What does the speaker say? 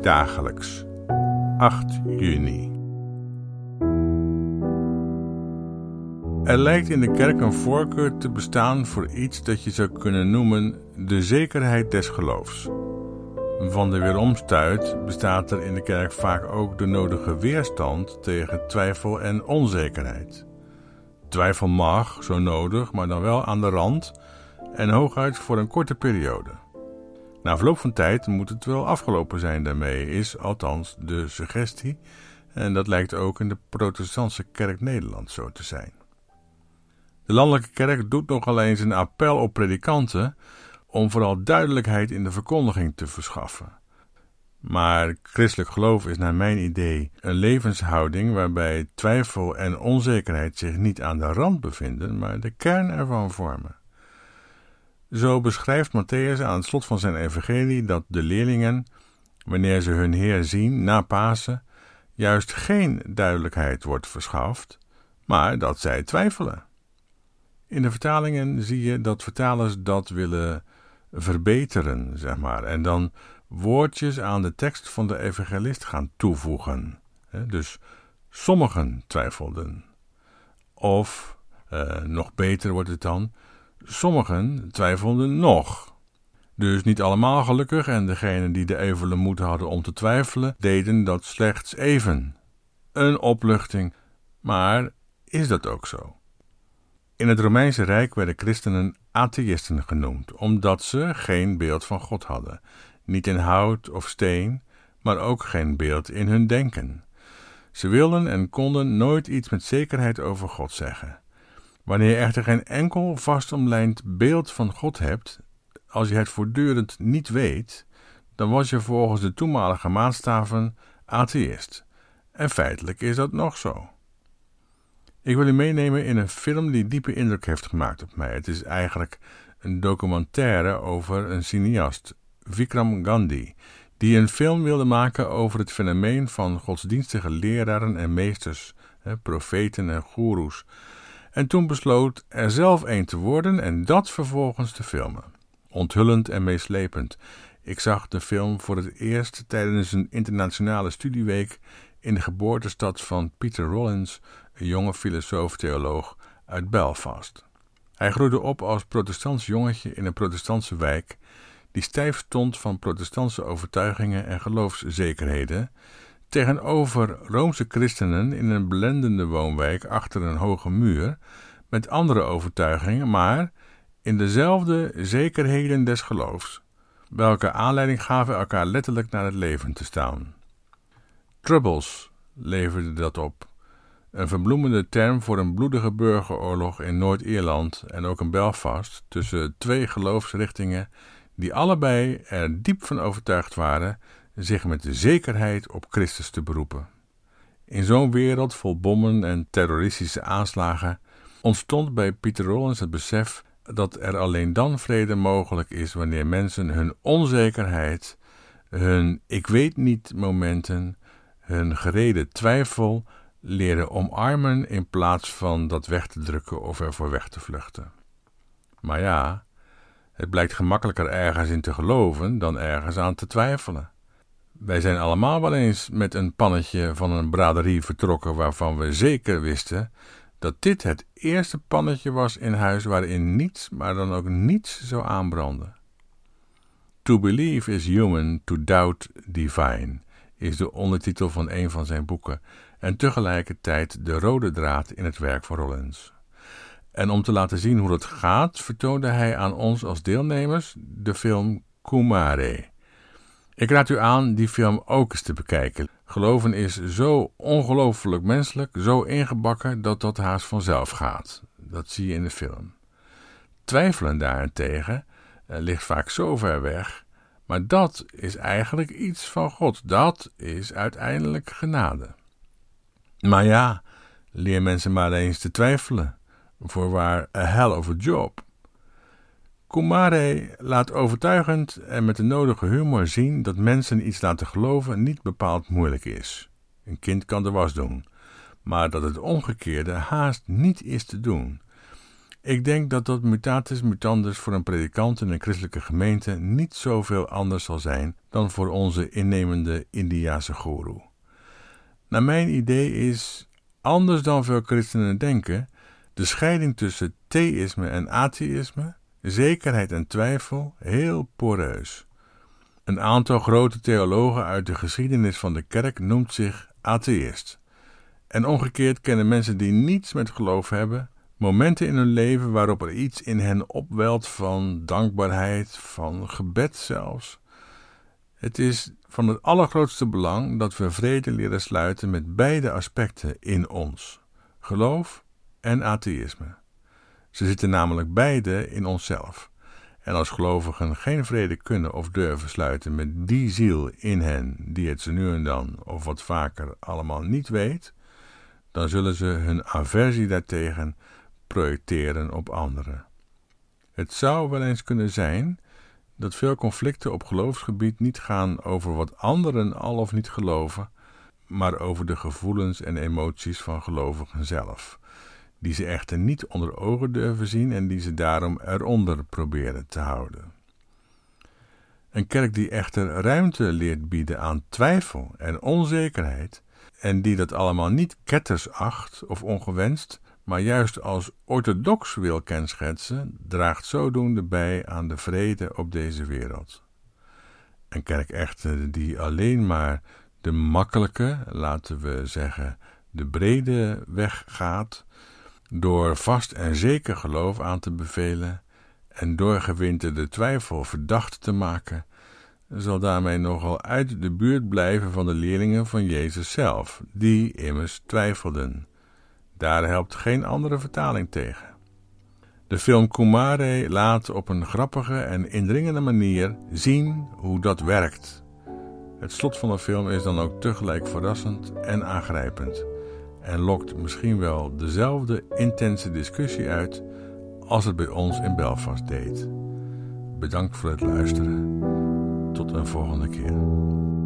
dagelijks. 8 juni. Er lijkt in de kerk een voorkeur te bestaan voor iets dat je zou kunnen noemen de zekerheid des geloofs. Van de weeromstuit bestaat er in de kerk vaak ook de nodige weerstand tegen twijfel en onzekerheid. Twijfel mag, zo nodig, maar dan wel aan de rand en hooguit voor een korte periode. Na verloop van tijd moet het wel afgelopen zijn daarmee, is althans de suggestie, en dat lijkt ook in de protestantse kerk Nederland zo te zijn. De landelijke kerk doet nogal eens een appel op predikanten om vooral duidelijkheid in de verkondiging te verschaffen. Maar christelijk geloof is naar mijn idee een levenshouding waarbij twijfel en onzekerheid zich niet aan de rand bevinden, maar de kern ervan vormen. Zo beschrijft Mattheüs aan het slot van zijn evangelie dat de leerlingen, wanneer ze hun Heer zien na Pasen, juist geen duidelijkheid wordt verschaft, maar dat zij twijfelen. In de vertalingen zie je dat vertalers dat willen verbeteren, zeg maar, en dan woordjes aan de tekst van de evangelist gaan toevoegen. Dus sommigen twijfelden. Of, nog beter wordt het dan, sommigen twijfelden nog. Dus niet allemaal gelukkig en degenen die de evele moed hadden om te twijfelen, deden dat slechts even. Een opluchting, maar is dat ook zo? In het Romeinse Rijk werden christenen atheïsten genoemd, omdat ze geen beeld van God hadden. Niet in hout of steen, maar ook geen beeld in hun denken. Ze wilden en konden nooit iets met zekerheid over God zeggen. Wanneer je echter geen enkel vastomlijnd beeld van God hebt, als je het voortdurend niet weet, dan was je volgens de toenmalige maatstaven atheïst. En feitelijk is dat nog zo. Ik wil u meenemen in een film die diepe indruk heeft gemaakt op mij. Het is eigenlijk een documentaire over een cineast, Vikram Gandhi, die een film wilde maken over het fenomeen van godsdienstige leraren en meesters, profeten en goeroes. En toen besloot er zelf een te worden en dat vervolgens te filmen. Onthullend en meeslepend. Ik zag de film voor het eerst tijdens een internationale studieweek in de geboortestad van Peter Rollins, een jonge filosoof-theoloog uit Belfast. Hij groeide op als protestants jongetje in een protestantse wijk die stijf stond van protestantse overtuigingen en geloofszekerheden, tegenover Roomse christenen in een blendende woonwijk achter een hoge muur met andere overtuigingen, maar in dezelfde zekerheden des geloofs, welke aanleiding gaven elkaar letterlijk naar het leven te staan. Troubles leverde dat op, een verbloemende term voor een bloedige burgeroorlog in Noord-Ierland en ook in Belfast tussen twee geloofsrichtingen die allebei er diep van overtuigd waren zich met de zekerheid op Christus te beroepen. In zo'n wereld vol bommen en terroristische aanslagen ontstond bij Peter Rollins het besef dat er alleen dan vrede mogelijk is wanneer mensen hun onzekerheid, hun ik weet niet momenten, hun gereden twijfel leren omarmen in plaats van dat weg te drukken of ervoor weg te vluchten. Maar ja, het blijkt gemakkelijker ergens in te geloven dan ergens aan te twijfelen. Wij zijn allemaal wel eens met een pannetje van een braderie vertrokken waarvan we zeker wisten dat dit het eerste pannetje was in huis waarin niets, maar dan ook niets zou aanbranden. To believe is human, to doubt divine is de ondertitel van een van zijn boeken en tegelijkertijd de rode draad in het werk van Rollins. En om te laten zien hoe het gaat, vertoonde hij aan ons als deelnemers de film Kumare. Ik raad u aan die film ook eens te bekijken. Geloven is zo ongelooflijk menselijk, zo ingebakken dat dat haast vanzelf gaat. Dat zie je in de film. Twijfelen daarentegen ligt vaak zo ver weg, maar dat is eigenlijk iets van God. Dat is uiteindelijk genade. Maar ja, leer mensen maar eens te twijfelen. Voorwaar a hell of a job. Kumare laat overtuigend en met de nodige humor zien dat mensen iets laten geloven niet bepaald moeilijk is. Een kind kan de was doen, maar dat het omgekeerde haast niet is te doen. Ik denk dat mutatis mutandis voor een predikant in een christelijke gemeente niet zoveel anders zal zijn dan voor onze innemende Indiase goeroe. Naar mijn idee is, anders dan veel christenen denken, de scheiding tussen theïsme en atheïsme, zekerheid en twijfel, heel poreus. Een aantal grote theologen uit de geschiedenis van de kerk noemt zich atheïst. En omgekeerd kennen mensen die niets met geloof hebben, momenten in hun leven waarop er iets in hen opwelt van dankbaarheid, van gebed zelfs. Het is van het allergrootste belang dat we vrede leren sluiten met beide aspecten in ons, geloof en atheïsme. Ze zitten namelijk beide in onszelf. En als gelovigen geen vrede kunnen of durven sluiten met die ziel in hen, die het ze nu en dan of wat vaker allemaal niet weet, dan zullen ze hun aversie daartegen projecteren op anderen. Het zou wel eens kunnen zijn dat veel conflicten op geloofsgebied niet gaan over wat anderen al of niet geloven, maar over de gevoelens en emoties van gelovigen zelf, die ze echter niet onder ogen durven zien en die ze daarom eronder proberen te houden. Een kerk die echter ruimte leert bieden aan twijfel en onzekerheid, en die dat allemaal niet ketters acht of ongewenst, maar juist als orthodox wil kenschetsen, draagt zodoende bij aan de vrede op deze wereld. Een kerk echter die alleen maar de makkelijke, laten we zeggen, de brede weg gaat, door vast en zeker geloof aan te bevelen en doorgewinterde twijfel verdacht te maken, zal daarmee nogal uit de buurt blijven van de leerlingen van Jezus zelf, die immers twijfelden. Daar helpt geen andere vertaling tegen. De film Kumare laat op een grappige en indringende manier zien hoe dat werkt. Het slot van de film is dan ook tegelijk verrassend en aangrijpend en lokt misschien wel dezelfde intense discussie uit als het bij ons in Belfast deed. Bedankt voor het luisteren. Tot een volgende keer.